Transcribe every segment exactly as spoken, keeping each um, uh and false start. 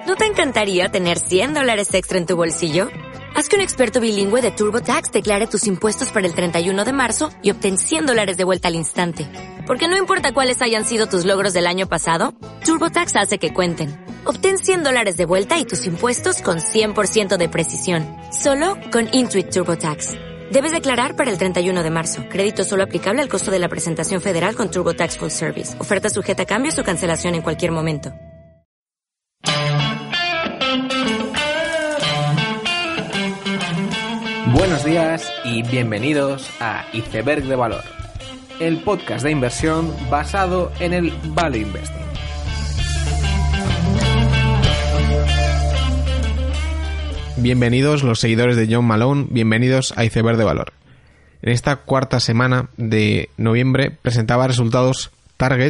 ¿No te encantaría tener cien dólares extra en tu bolsillo? Haz que un experto bilingüe de TurboTax declare tus impuestos para el treinta y uno de marzo y obtén cien dólares de vuelta al instante. Porque no importa cuáles hayan sido tus logros del año pasado, TurboTax hace que cuenten. Obtén cien dólares de vuelta y tus impuestos con cien por ciento de precisión. Solo con Intuit TurboTax. Debes declarar para el treinta y uno de marzo. Crédito solo aplicable al costo de la presentación federal con TurboTax Full Service. Oferta sujeta a cambios o cancelación en cualquier momento. Buenos días y bienvenidos a Iceberg de Valor, el podcast de inversión basado en el Value Investing. Bienvenidos los seguidores de John Malone, bienvenidos a Iceberg de Valor. En esta cuarta semana de noviembre presentaba resultados Target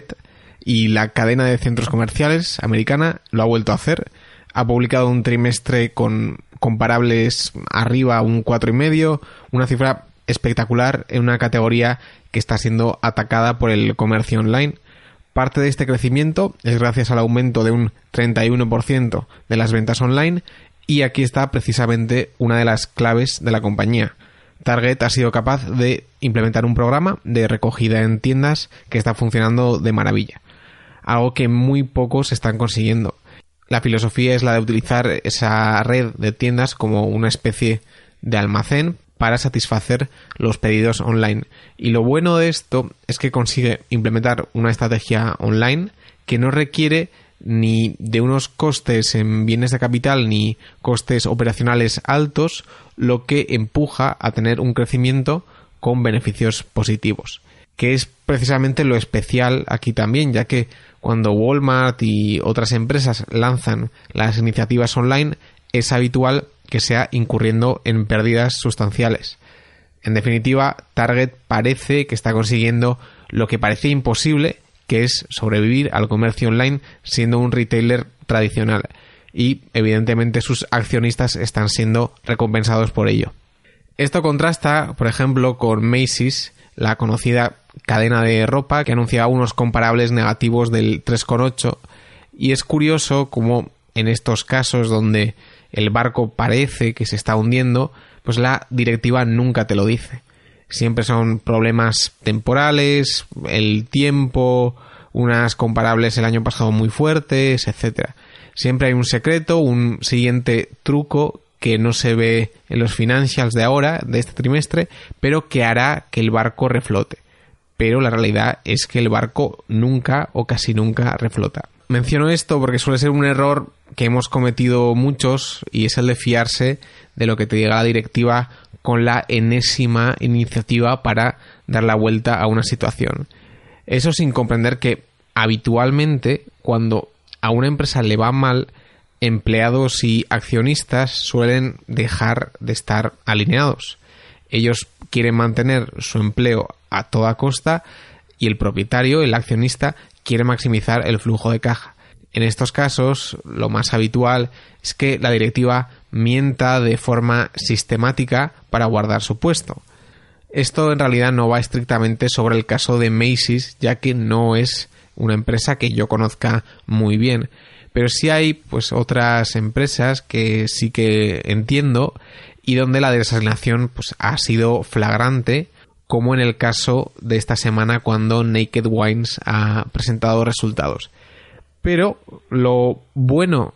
y la cadena de centros comerciales americana lo ha vuelto a hacer. Ha publicado un trimestre con comparables arriba un cuatro coma cinco, una cifra espectacular en una categoría que está siendo atacada por el comercio online. Parte de este crecimiento es gracias al aumento de un treinta y uno por ciento de las ventas online y aquí está precisamente una de las claves de la compañía. Target ha sido capaz de implementar un programa de recogida en tiendas que está funcionando de maravilla, algo que muy pocos están consiguiendo. La filosofía es la de utilizar esa red de tiendas como una especie de almacén para satisfacer los pedidos online. Y lo bueno de esto es que consigue implementar una estrategia online que no requiere ni de unos costes en bienes de capital ni costes operacionales altos, lo que empuja a tener un crecimiento con beneficios positivos, que es precisamente lo especial aquí también, ya que cuando Walmart y otras empresas lanzan las iniciativas online, es habitual que sea incurriendo en pérdidas sustanciales. En definitiva, Target parece que está consiguiendo lo que parecía imposible, que es sobrevivir al comercio online siendo un retailer tradicional. Y, evidentemente, sus accionistas están siendo recompensados por ello. Esto contrasta, por ejemplo, con Macy's, la conocida cadena de ropa que anunciaba unos comparables negativos del tres coma ocho, y es curioso cómo en estos casos donde el barco parece que se está hundiendo, pues la directiva nunca te lo dice. Siempre son problemas temporales, el tiempo, unas comparables el año pasado muy fuertes, etcétera. Siempre hay un secreto, un siguiente truco que no se ve en los financials de ahora, de este trimestre, pero que hará que el barco reflote. Pero la realidad es que el barco nunca o casi nunca reflota. Menciono esto porque suele ser un error que hemos cometido muchos y es el de fiarse de lo que te diga la directiva con la enésima iniciativa para dar la vuelta a una situación. Eso sin comprender que habitualmente cuando a una empresa le va mal, empleados y accionistas suelen dejar de estar alineados. Ellos quieren mantener su empleo a toda costa y el propietario, el accionista, quiere maximizar el flujo de caja. En estos casos, lo más habitual es que la directiva mienta de forma sistemática para guardar su puesto. Esto en realidad no va estrictamente sobre el caso de Macy's, ya que no es una empresa que yo conozca muy bien. Pero sí hay pues otras empresas que sí que entiendo y donde la desalineación pues, ha sido flagrante, como en el caso de esta semana cuando Naked Wines ha presentado resultados. Pero lo bueno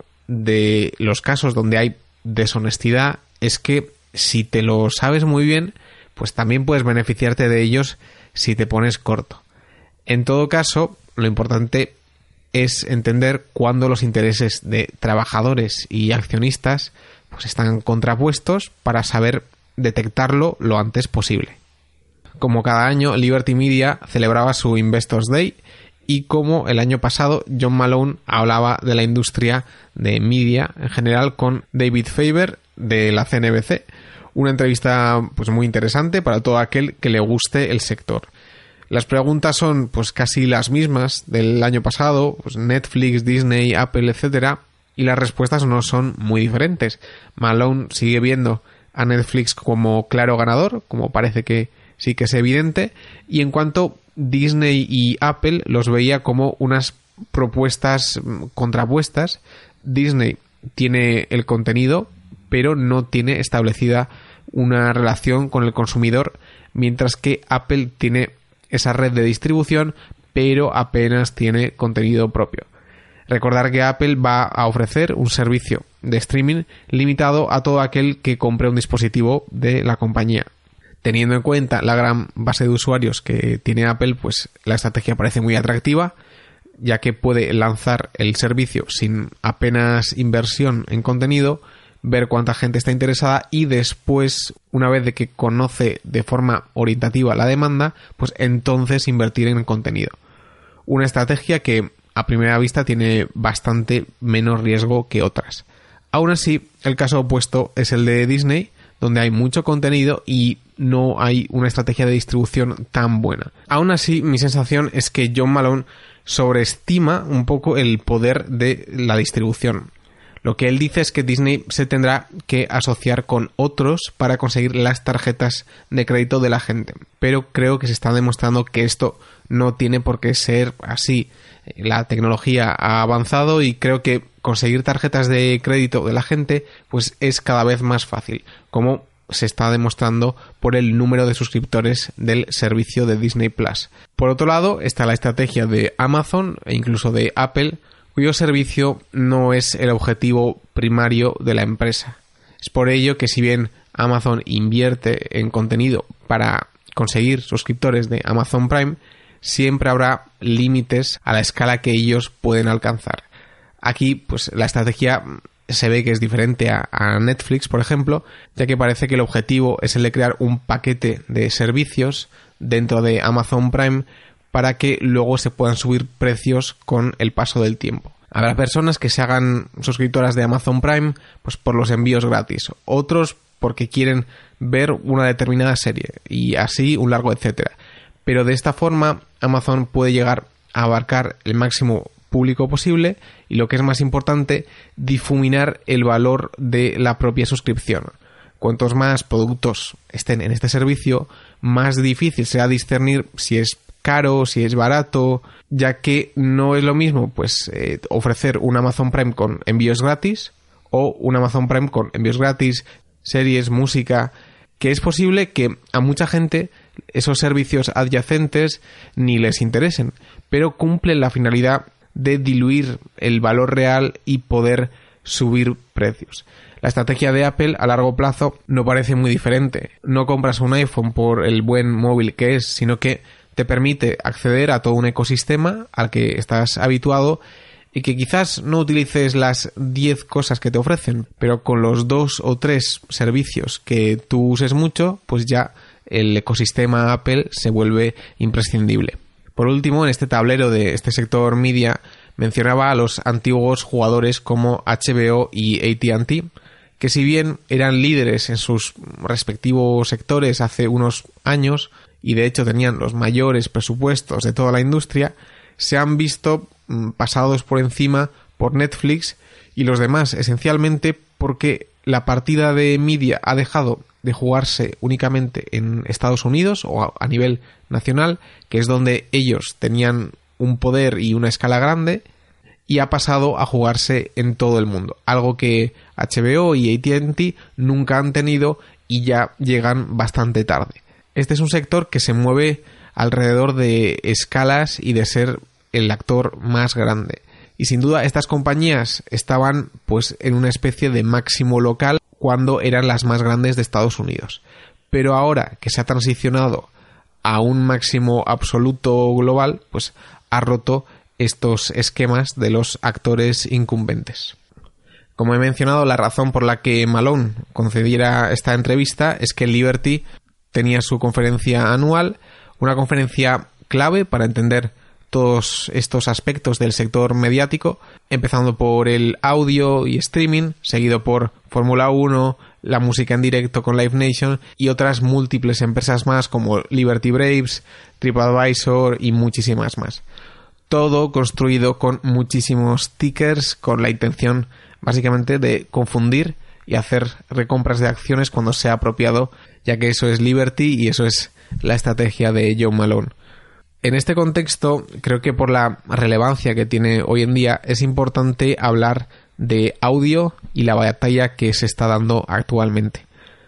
de los casos donde hay deshonestidad es que si te lo sabes muy bien, pues también puedes beneficiarte de ellos si te pones corto. En todo caso, lo importante es entender cuándo los intereses de trabajadores y accionistas pues están contrapuestos para saber detectarlo lo antes posible. Como cada año, Liberty Media celebraba su Investors Day y como el año pasado, John Malone hablaba de la industria de media en general con David Faber de la C N B C. Una entrevista pues muy interesante para todo aquel que le guste el sector. Las preguntas son pues casi las mismas del año pasado, pues Netflix, Disney, Apple, etcétera, y las respuestas no son muy diferentes. Malone sigue viendo a Netflix como claro ganador, como parece que sí que es evidente, y en cuanto Disney y Apple los veía como unas propuestas contrapuestas. Disney tiene el contenido, pero no tiene establecida una relación con el consumidor, mientras que Apple tiene esa red de distribución, pero apenas tiene contenido propio. Recordar que Apple va a ofrecer un servicio de streaming limitado a todo aquel que compre un dispositivo de la compañía. Teniendo en cuenta la gran base de usuarios que tiene Apple, pues la estrategia parece muy atractiva, ya que puede lanzar el servicio sin apenas inversión en contenido, ver cuánta gente está interesada y después, una vez de que conoce de forma orientativa la demanda, pues entonces invertir en contenido. Una estrategia que a primera vista tiene bastante menos riesgo que otras. Aún así, el caso opuesto es el de Disney, donde hay mucho contenido y no hay una estrategia de distribución tan buena. Aún así, mi sensación es que John Malone sobreestima un poco el poder de la distribución. Lo que él dice es que Disney se tendrá que asociar con otros para conseguir las tarjetas de crédito de la gente. Pero creo que se está demostrando que esto no tiene por qué ser así. La tecnología ha avanzado y creo que conseguir tarjetas de crédito de la gente pues es cada vez más fácil, como se está demostrando por el número de suscriptores del servicio de Disney Plus. Por otro lado, está la estrategia de Amazon e incluso de Apple, cuyo servicio no es el objetivo primario de la empresa. Es por ello que si bien Amazon invierte en contenido para conseguir suscriptores de Amazon Prime, siempre habrá límites a la escala que ellos pueden alcanzar. Aquí, pues la estrategia se ve que es diferente a, a Netflix, por ejemplo, ya que parece que el objetivo es el de crear un paquete de servicios dentro de Amazon Prime para que luego se puedan subir precios con el paso del tiempo. Habrá personas que se hagan suscriptoras de Amazon Prime pues por los envíos gratis, otros porque quieren ver una determinada serie y así un largo etcétera. Pero de esta forma Amazon puede llegar a abarcar el máximo público posible y, lo que es más importante, difuminar el valor de la propia suscripción. Cuantos más productos estén en este servicio, más difícil será discernir si es caro, si es barato, ya que no es lo mismo pues eh, ofrecer un Amazon Prime con envíos gratis o un Amazon Prime con envíos gratis, series, música, que es posible que a mucha gente esos servicios adyacentes ni les interesen, pero cumplen la finalidad de diluir el valor real y poder subir precios. La estrategia de Apple a largo plazo no parece muy diferente. No compras un iPhone por el buen móvil que es, sino que te permite acceder a todo un ecosistema al que estás habituado y que quizás no utilices las diez cosas que te ofrecen, pero con los dos o tres servicios que tú uses mucho, pues ya el ecosistema Apple se vuelve imprescindible. Por último, en este tablero de este sector media mencionaba a los antiguos jugadores como H B O y A T and T, que si bien eran líderes en sus respectivos sectores hace unos años y de hecho tenían los mayores presupuestos de toda la industria, se han visto pasados por encima por Netflix y los demás, esencialmente porque la partida de media ha dejado de jugarse únicamente en Estados Unidos o a, a nivel nacional, que es donde ellos tenían un poder y una escala grande, y ha pasado a jugarse en todo el mundo, algo que H B O y A T and T nunca han tenido y ya llegan bastante tarde. Este es un sector que se mueve alrededor de escalas y de ser el actor más grande. Y sin duda estas compañías estaban pues en una especie de máximo local cuando eran las más grandes de Estados Unidos. Pero ahora que se ha transicionado a un máximo absoluto global, pues ha roto estos esquemas de los actores incumbentes. Como he mencionado, la razón por la que Malone concediera esta entrevista es que Liberty tenía su conferencia anual, una conferencia clave para entender todos estos aspectos del sector mediático, empezando por el audio y streaming, seguido por Fórmula uno, la música en directo con Live Nation y otras múltiples empresas más como Liberty Braves, TripAdvisor y muchísimas más. Todo construido con muchísimos tickers, con la intención básicamente de confundir y hacer recompras de acciones cuando sea apropiado, ya que eso es Liberty y eso es la estrategia de John Malone. En este contexto, creo que por la relevancia que tiene hoy en día, es importante hablar de audio y la batalla que se está dando actualmente.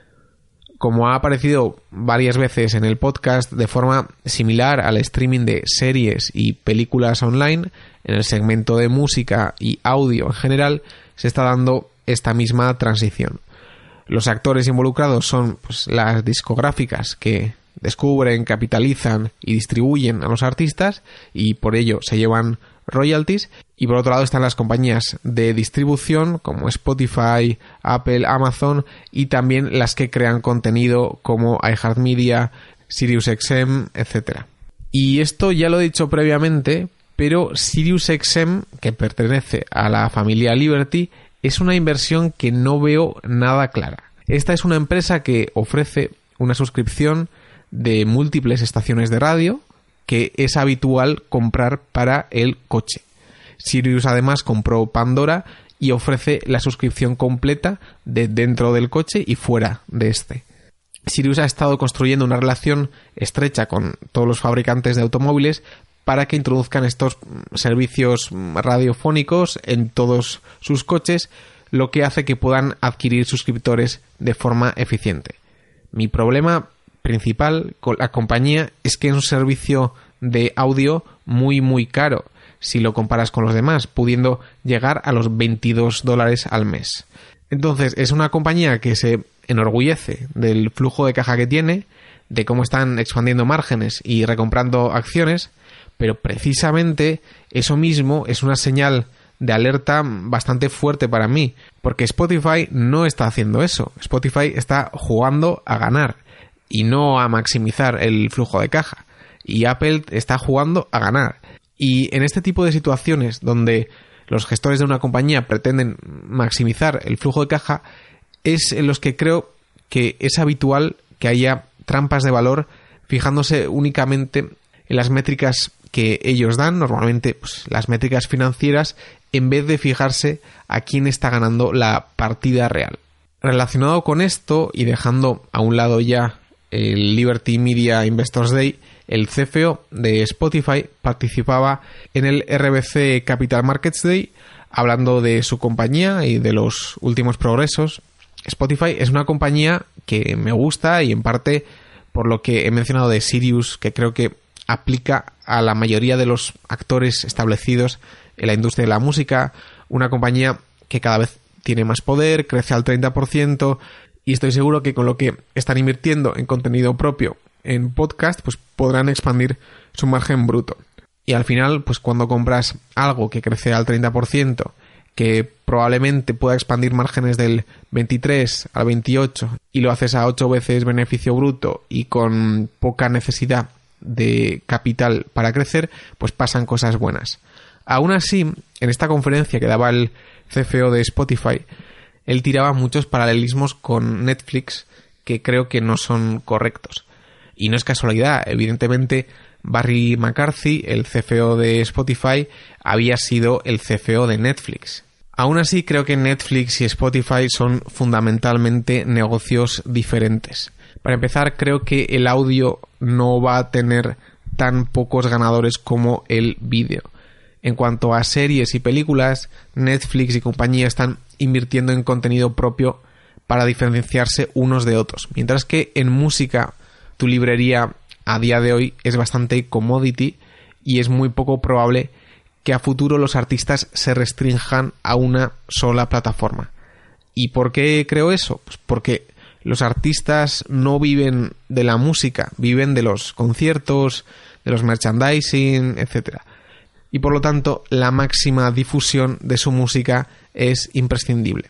Como ha aparecido varias veces en el podcast, de forma similar al streaming de series y películas online, en el segmento de música y audio en general, se está dando esta misma transición. Los actores involucrados son pues, las discográficas que descubren, capitalizan y distribuyen a los artistas y por ello se llevan royalties, y por otro lado están las compañías de distribución como Spotify, Apple, Amazon, y también las que crean contenido como iHeartMedia, SiriusXM, etcétera. Y esto ya lo he dicho previamente, pero SiriusXM, que pertenece a la familia Liberty, es una inversión que no veo nada clara. Esta es una empresa que ofrece una suscripción de múltiples estaciones de radio que es habitual comprar para el coche. Sirius además compró Pandora y ofrece la suscripción completa de dentro del coche y fuera de este. Sirius ha estado construyendo una relación estrecha con todos los fabricantes de automóviles para que introduzcan estos servicios radiofónicos en todos sus coches, lo que hace que puedan adquirir suscriptores de forma eficiente. Mi problema principal con la compañía es que es un servicio de audio muy muy caro si lo comparas con los demás, pudiendo llegar a los veintidós dólares al mes. Entonces es una compañía que se enorgullece del flujo de caja que tiene, de cómo están expandiendo márgenes y recomprando acciones, pero precisamente eso mismo es una señal de alerta bastante fuerte para mí, porque Spotify no está haciendo eso. Spotify está jugando a ganar y no a maximizar el flujo de caja, y Apple está jugando a ganar. Y en este tipo de situaciones donde los gestores de una compañía pretenden maximizar el flujo de caja, es en los que creo que es habitual que haya trampas de valor fijándose únicamente en las métricas que ellos dan, normalmente pues, las métricas financieras, en vez de fijarse a quién está ganando la partida real. Relacionado con esto, y dejando a un lado ya el Liberty Media Investors Day, el C F O de Spotify participaba en el R B C Capital Markets Day hablando de su compañía y de los últimos progresos. Spotify es una compañía que me gusta, y en parte por lo que he mencionado de Sirius, que creo que aplica a la mayoría de los actores establecidos en la industria de la música, una compañía que cada vez tiene más poder, crece al treinta por ciento, y estoy seguro que con lo que están invirtiendo en contenido propio en podcast, pues podrán expandir su margen bruto. Y al final, pues cuando compras algo que crece al treinta por ciento, que probablemente pueda expandir márgenes del veintitrés al veintiocho, y lo haces a ocho veces beneficio bruto y con poca necesidad de capital para crecer, pues pasan cosas buenas. Aún así, en esta conferencia que daba el C F O de Spotify, él tiraba muchos paralelismos con Netflix que creo que no son correctos. Y no es casualidad, evidentemente Barry McCarthy, el C F O de Spotify, había sido el C F O de Netflix. Aún así, creo que Netflix y Spotify son fundamentalmente negocios diferentes. Para empezar, creo que el audio no va a tener tan pocos ganadores como el vídeo. En cuanto a series y películas, Netflix y compañía están invirtiendo en contenido propio para diferenciarse unos de otros, mientras que en música tu librería a día de hoy es bastante commodity y es muy poco probable que a futuro los artistas se restrinjan a una sola plataforma. ¿Y por qué creo eso? Pues porque los artistas no viven de la música, viven de los conciertos, de los merchandising, etcétera. Y por lo tanto, la máxima difusión de su música es imprescindible.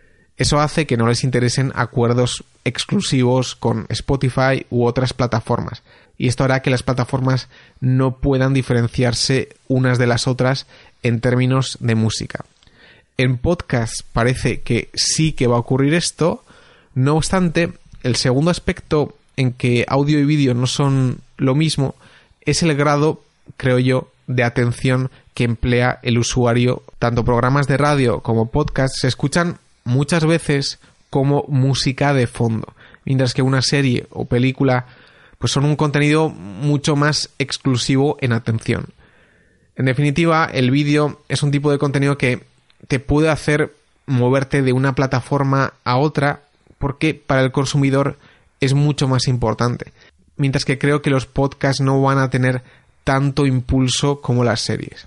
Eso hace que no les interesen acuerdos exclusivos con Spotify u otras plataformas. Y esto hará que las plataformas no puedan diferenciarse unas de las otras en términos de música. En podcast parece que sí que va a ocurrir esto. No obstante, el segundo aspecto en que audio y vídeo no son lo mismo es el grado, creo yo, de atención que emplea el usuario. Tanto programas de radio como podcasts se escuchan muchas veces como música de fondo, mientras que una serie o película pues son un contenido mucho más exclusivo en atención. En definitiva, el vídeo es un tipo de contenido que te puede hacer moverte de una plataforma a otra porque para el consumidor es mucho más importante. Mientras que creo que los podcasts no van a tener tanto impulso como las series.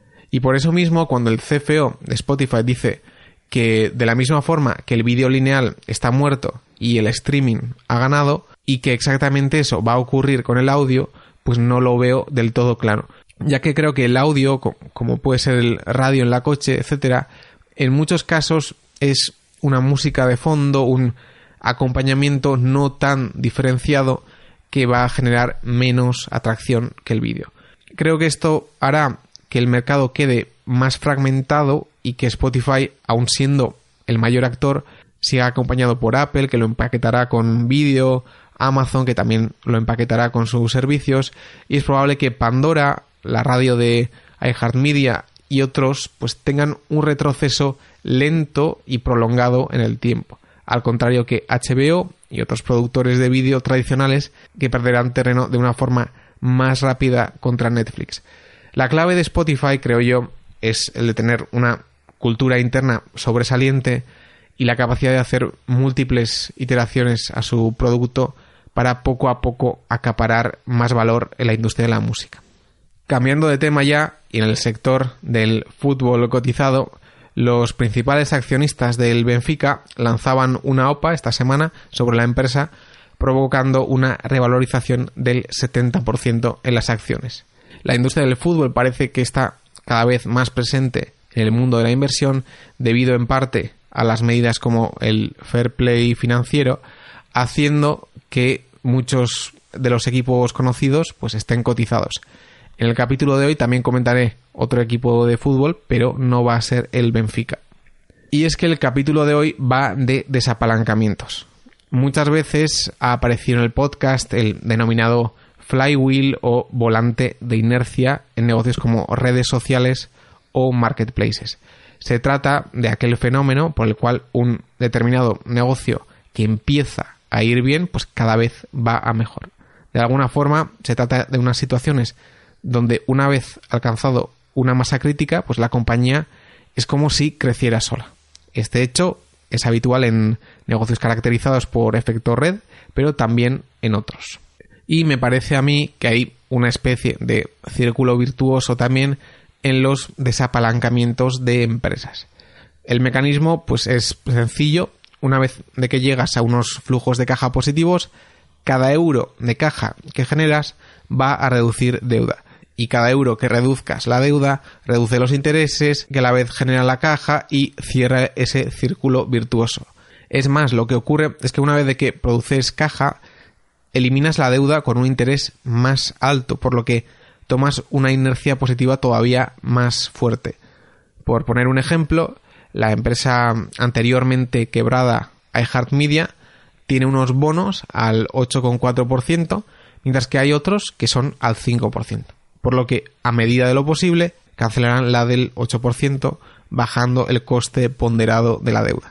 Y por eso mismo, cuando el C F O de Spotify dice que de la misma forma que el vídeo lineal está muerto y el streaming ha ganado, y que exactamente eso va a ocurrir con el audio, pues no lo veo del todo claro. Ya que creo que el audio, como puede ser el radio en la coche, etcétera, en muchos casos es una música de fondo, un acompañamiento no tan diferenciado que va a generar menos atracción que el vídeo. Creo que esto hará que el mercado quede más fragmentado y que Spotify, aun siendo el mayor actor, siga acompañado por Apple, que lo empaquetará con vídeo, Amazon, que también lo empaquetará con sus servicios, y es probable que Pandora, la radio de iHeartMedia y otros, pues tengan un retroceso lento y prolongado en el tiempo, al contrario que H B O y otros productores de vídeo tradicionales, que perderán terreno de una forma más rápida contra Netflix. La clave de Spotify, creo yo, es el de tener una cultura interna sobresaliente y la capacidad de hacer múltiples iteraciones a su producto para poco a poco acaparar más valor en la industria de la música. Cambiando de tema ya, y en el sector del fútbol cotizado, los principales accionistas del Benfica lanzaban una O P A esta semana sobre la empresa, provocando una revalorización del setenta por ciento en las acciones. La industria del fútbol parece que está cada vez más presente en el mundo de la inversión, debido en parte a las medidas como el fair play financiero, haciendo que muchos de los equipos conocidos pues estén cotizados. En el capítulo de hoy también comentaré otro equipo de fútbol, pero no va a ser el Benfica. Y es que el capítulo de hoy va de desapalancamientos. Muchas veces ha aparecido en el podcast el denominado flywheel o volante de inercia en negocios como redes sociales o marketplaces. Se trata de aquel fenómeno por el cual un determinado negocio que empieza a ir bien, pues cada vez va a mejor. De alguna forma se trata de unas situaciones donde una vez alcanzado una masa crítica, pues la compañía es como si creciera sola. Este hecho es habitual en negocios caracterizados por efecto red, pero también en otros. Y me parece a mí que hay una especie de círculo virtuoso también en los desapalancamientos de empresas. El mecanismo pues es sencillo. Una vez de que llegas a unos flujos de caja positivos, cada euro de caja que generas va a reducir deuda. Y cada euro que reduzcas la deuda reduce los intereses, que a la vez genera la caja y cierra ese círculo virtuoso. Es más, lo que ocurre es que una vez de que produces caja, eliminas la deuda con un interés más alto, por lo que tomas una inercia positiva todavía más fuerte. Por poner un ejemplo, la empresa anteriormente quebrada iHeartMedia tiene unos bonos al ocho coma cuatro por ciento, mientras que hay otros que son al cinco por ciento. Por lo que, a medida de lo posible, cancelarán la del ocho por ciento, bajando el coste ponderado de la deuda.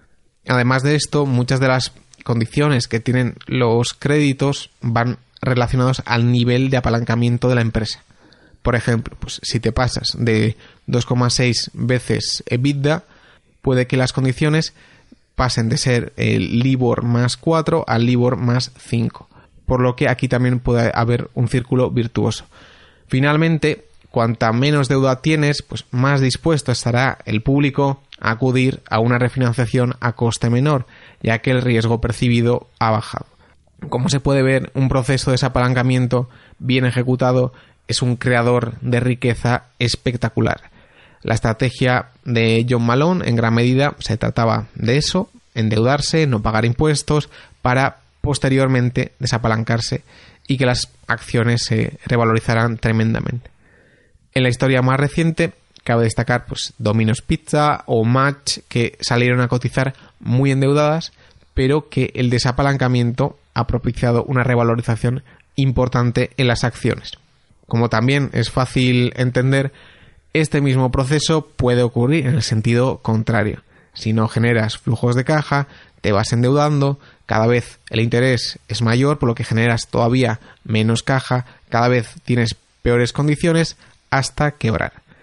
Además de esto, muchas de las condiciones que tienen los créditos van relacionados al nivel de apalancamiento de la empresa. Por ejemplo, pues si te pasas de dos coma seis veces EBITDA, puede que las condiciones pasen de ser el LIBOR más cuatro al LIBOR más cinco, por lo que aquí también puede haber un círculo virtuoso. Finalmente, cuanta menos deuda tienes, pues más dispuesto estará el público a acudir a una refinanciación a coste menor, ya que el riesgo percibido ha bajado. Como se puede ver, un proceso de desapalancamiento bien ejecutado es un creador de riqueza espectacular. La estrategia de John Malone en gran medida se trataba de eso, endeudarse, no pagar impuestos, para posteriormente desapalancarse y que las acciones se revalorizaran tremendamente. En la historia más reciente cabe destacar pues Domino's Pizza o Match, que salieron a cotizar muy endeudadas, pero que el desapalancamiento ha propiciado una revalorización importante en las acciones. Como también es fácil entender, este mismo proceso puede ocurrir en el sentido contrario. Si no generas flujos de caja, te vas endeudando, cada vez el interés es mayor, por lo que generas todavía menos caja, cada vez tienes peores condiciones hasta quebrar.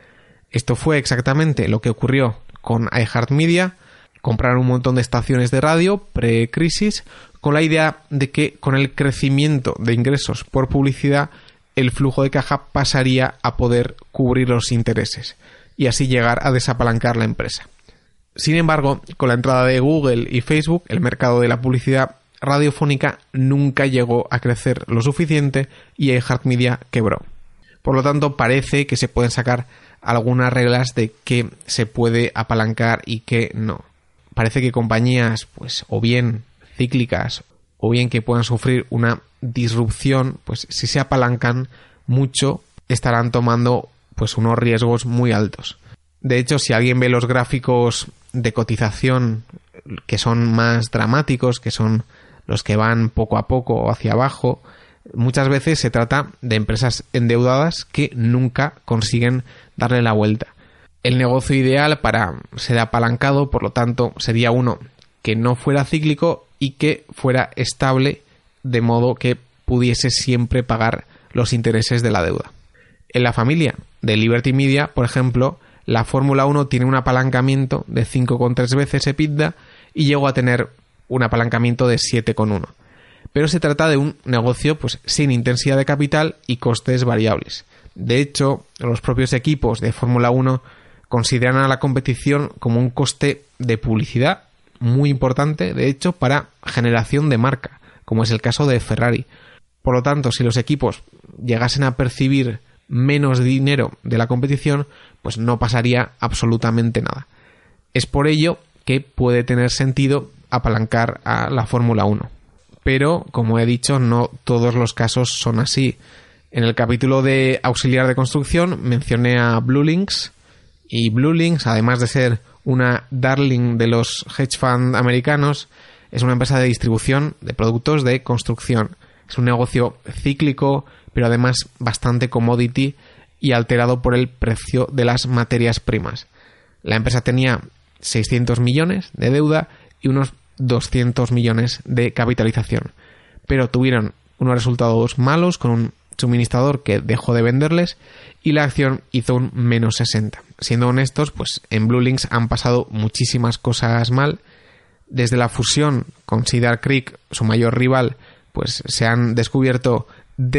Esto fue exactamente lo que ocurrió con iHeartMedia. Compraron un montón de estaciones de radio pre-crisis con la idea de que con el crecimiento de ingresos por publicidad el flujo de caja pasaría a poder cubrir los intereses y así llegar a desapalancar la empresa. Sin embargo, con la entrada de Google y Facebook, el mercado de la publicidad radiofónica nunca llegó a crecer lo suficiente y iHeartMedia quebró. Por lo tanto, parece que se pueden sacar algunas reglas de qué se puede apalancar y qué no. Parece que compañías, pues, o bien cíclicas, o bien que puedan sufrir una disrupción, pues si se apalancan mucho, estarán tomando pues unos riesgos muy altos. De hecho, si alguien ve los gráficos de cotización que son más dramáticos, que son los que van poco a poco hacia abajo, muchas veces se trata de empresas endeudadas que nunca consiguen darle la vuelta. El negocio ideal para ser apalancado, por lo tanto, sería uno que no fuera cíclico y que fuera estable, de modo que pudiese siempre pagar los intereses de la deuda. En la familia de Liberty Media, por ejemplo, la Fórmula uno tiene un apalancamiento de cinco coma tres veces EBITDA y llegó a tener un apalancamiento de siete coma uno. Pero se trata de un negocio pues sin intensidad de capital y costes variables. De hecho, los propios equipos de Fórmula uno consideran a la competición como un coste de publicidad muy importante, de hecho, para generación de marca, como es el caso de Ferrari. Por lo tanto, si los equipos llegasen a percibir menos dinero de la competición, pues no pasaría absolutamente nada. Es por ello que puede tener sentido apalancar a la Fórmula uno. Pero, como he dicho, no todos los casos son así. En el capítulo de auxiliar de construcción mencioné a BlueLinx, y BlueLinx, además de ser una darling de los hedge fund americanos, es una empresa de distribución de productos de construcción. Es un negocio cíclico, pero además bastante commodity y alterado por el precio de las materias primas. La empresa tenía seiscientos millones de deuda y unos doscientos millones de capitalización, pero tuvieron unos resultados malos con un suministrador que dejó de venderles y la acción hizo un menos sesenta. Siendo honestos, pues en BlueLinx han pasado muchísimas cosas mal. Desde la fusión con Cedar Creek, su mayor rival, pues se han descubierto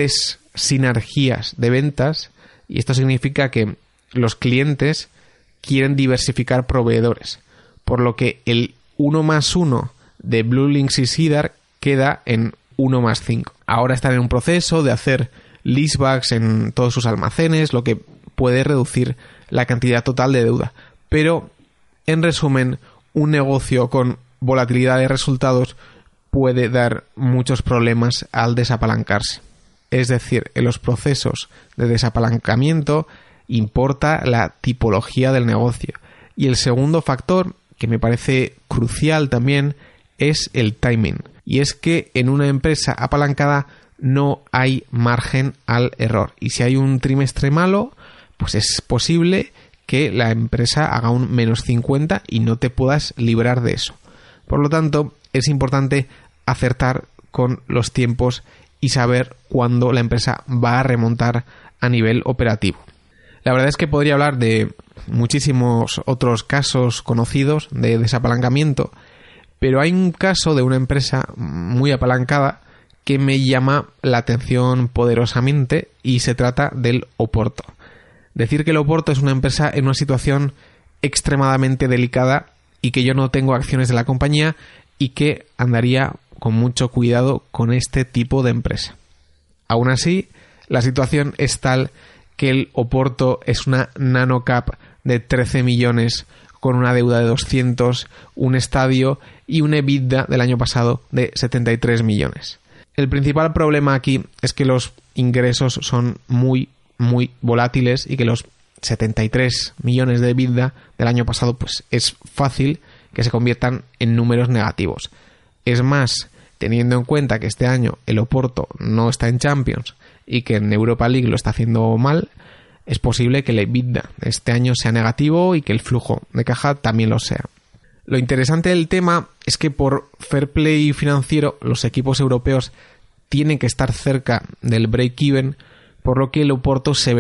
desinergias de ventas y esto significa que los clientes quieren diversificar proveedores, por lo que el uno más uno de BlueLinx y Cedar queda en uno más cinco. Ahora están en un proceso de hacer leasebacks en todos sus almacenes, lo que puede reducir la cantidad total de deuda. Pero, en resumen, un negocio con volatilidad de resultados puede dar muchos problemas al desapalancarse. Es decir, en los procesos de desapalancamiento importa la tipología del negocio. Y el segundo factor, que me parece crucial también, es el timing. Y es que en una empresa apalancada no hay margen al error. Y si hay un trimestre malo, pues es posible que la empresa haga un menos cincuenta y no te puedas librar de eso. Por lo tanto, es importante acertar con los tiempos y saber cuándo la empresa va a remontar a nivel operativo. La verdad es que podría hablar de muchísimos otros casos conocidos de desapalancamiento, pero hay un caso de una empresa muy apalancada que me llama la atención poderosamente y se trata del Oporto. Decir que el Oporto es una empresa en una situación extremadamente delicada y que yo no tengo acciones de la compañía y que andaría con mucho cuidado con este tipo de empresa. Aún así, la situación es tal que el Oporto es una nanocap de trece millones con una deuda de doscientos, un estadio y un EBITDA del año pasado de setenta y tres millones. El principal problema aquí es que los ingresos son muy, muy volátiles y que los setenta y tres millones de EBITDA del año pasado pues es fácil que se conviertan en números negativos. Es más, teniendo en cuenta que este año el Oporto no está en Champions y que en Europa League lo está haciendo mal, es posible que el EBITDA de este año sea negativo y que el flujo de caja también lo sea. Lo interesante del tema es que por fair play financiero los equipos europeos tienen que estar cerca del break-even, por lo que el Oporto se verá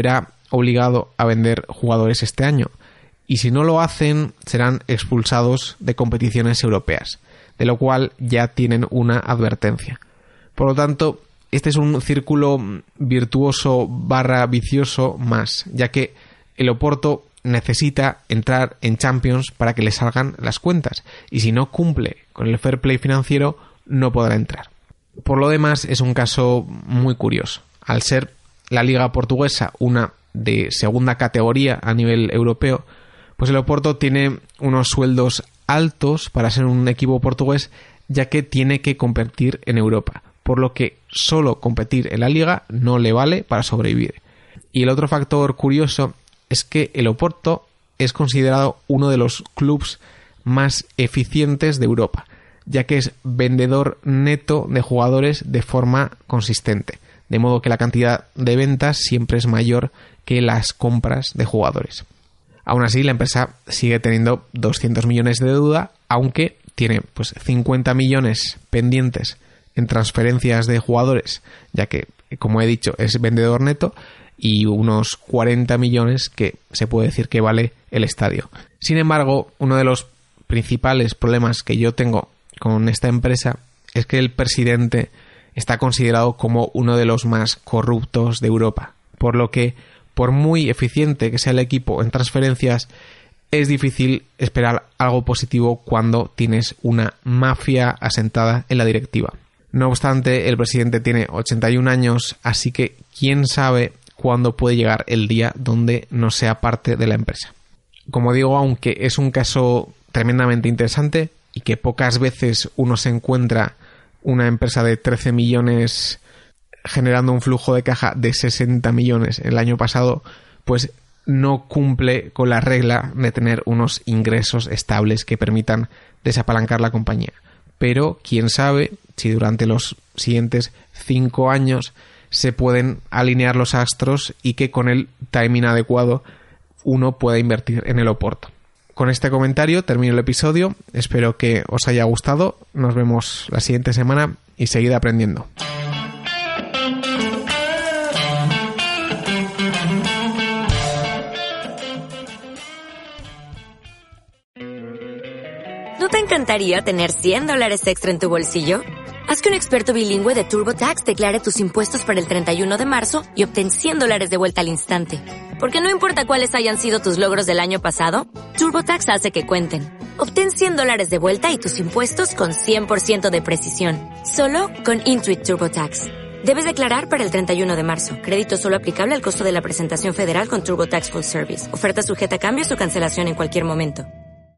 obligado a vender jugadores este año, y si no lo hacen serán expulsados de competiciones europeas, de lo cual ya tienen una advertencia. Por lo tanto, este es un círculo virtuoso barra vicioso más, ya que el Oporto necesita entrar en Champions para que le salgan las cuentas, y si no cumple con el fair play financiero no podrá entrar. Por lo demás, es un caso muy curioso. Al ser la liga portuguesa una de segunda categoría a nivel europeo, pues el Oporto tiene unos sueldos altos para ser un equipo portugués, ya que tiene que competir en Europa, por lo que solo competir en la liga no le vale para sobrevivir. Y el otro factor curioso es que el Oporto es considerado uno de los clubes más eficientes de Europa, ya que es vendedor neto de jugadores de forma consistente, de modo que la cantidad de ventas siempre es mayor que las compras de jugadores. Aún así, la empresa sigue teniendo doscientos millones de deuda, aunque tiene pues cincuenta millones pendientes en transferencias de jugadores, ya que, como he dicho, es vendedor neto, y unos cuarenta millones que se puede decir que vale el estadio. Sin embargo, uno de los principales problemas que yo tengo con esta empresa es que el presidente está considerado como uno de los más corruptos de Europa, por lo que, por muy eficiente que sea el equipo en transferencias, es difícil esperar algo positivo cuando tienes una mafia asentada en la directiva. No obstante, el presidente tiene ochenta y un años, así que quién sabe cuándo puede llegar el día donde no sea parte de la empresa. Como digo, aunque es un caso tremendamente interesante y que pocas veces uno se encuentra una empresa de trece millones generando un flujo de caja de sesenta millones el año pasado, pues no cumple con la regla de tener unos ingresos estables que permitan desapalancar la compañía. Pero quién sabe si durante los siguientes cinco años se pueden alinear los astros y que con el timing adecuado uno pueda invertir en el Oporto. Con este comentario termino el episodio, espero que os haya gustado, nos vemos la siguiente semana y seguid aprendiendo. ¿No te encantaría tener cien dólares extra en tu bolsillo? Haz que un experto bilingüe de TurboTax declare tus impuestos para el treinta y uno de marzo y obtén cien dólares de vuelta al instante. Porque no importa cuáles hayan sido tus logros del año pasado, TurboTax hace que cuenten. Obtén cien dólares de vuelta y tus impuestos con cien por ciento de precisión. Solo con Intuit TurboTax. Debes declarar para el treinta y uno de marzo. Crédito solo aplicable al costo de la presentación federal con TurboTax Full Service. Oferta sujeta a cambios o cancelación en cualquier momento.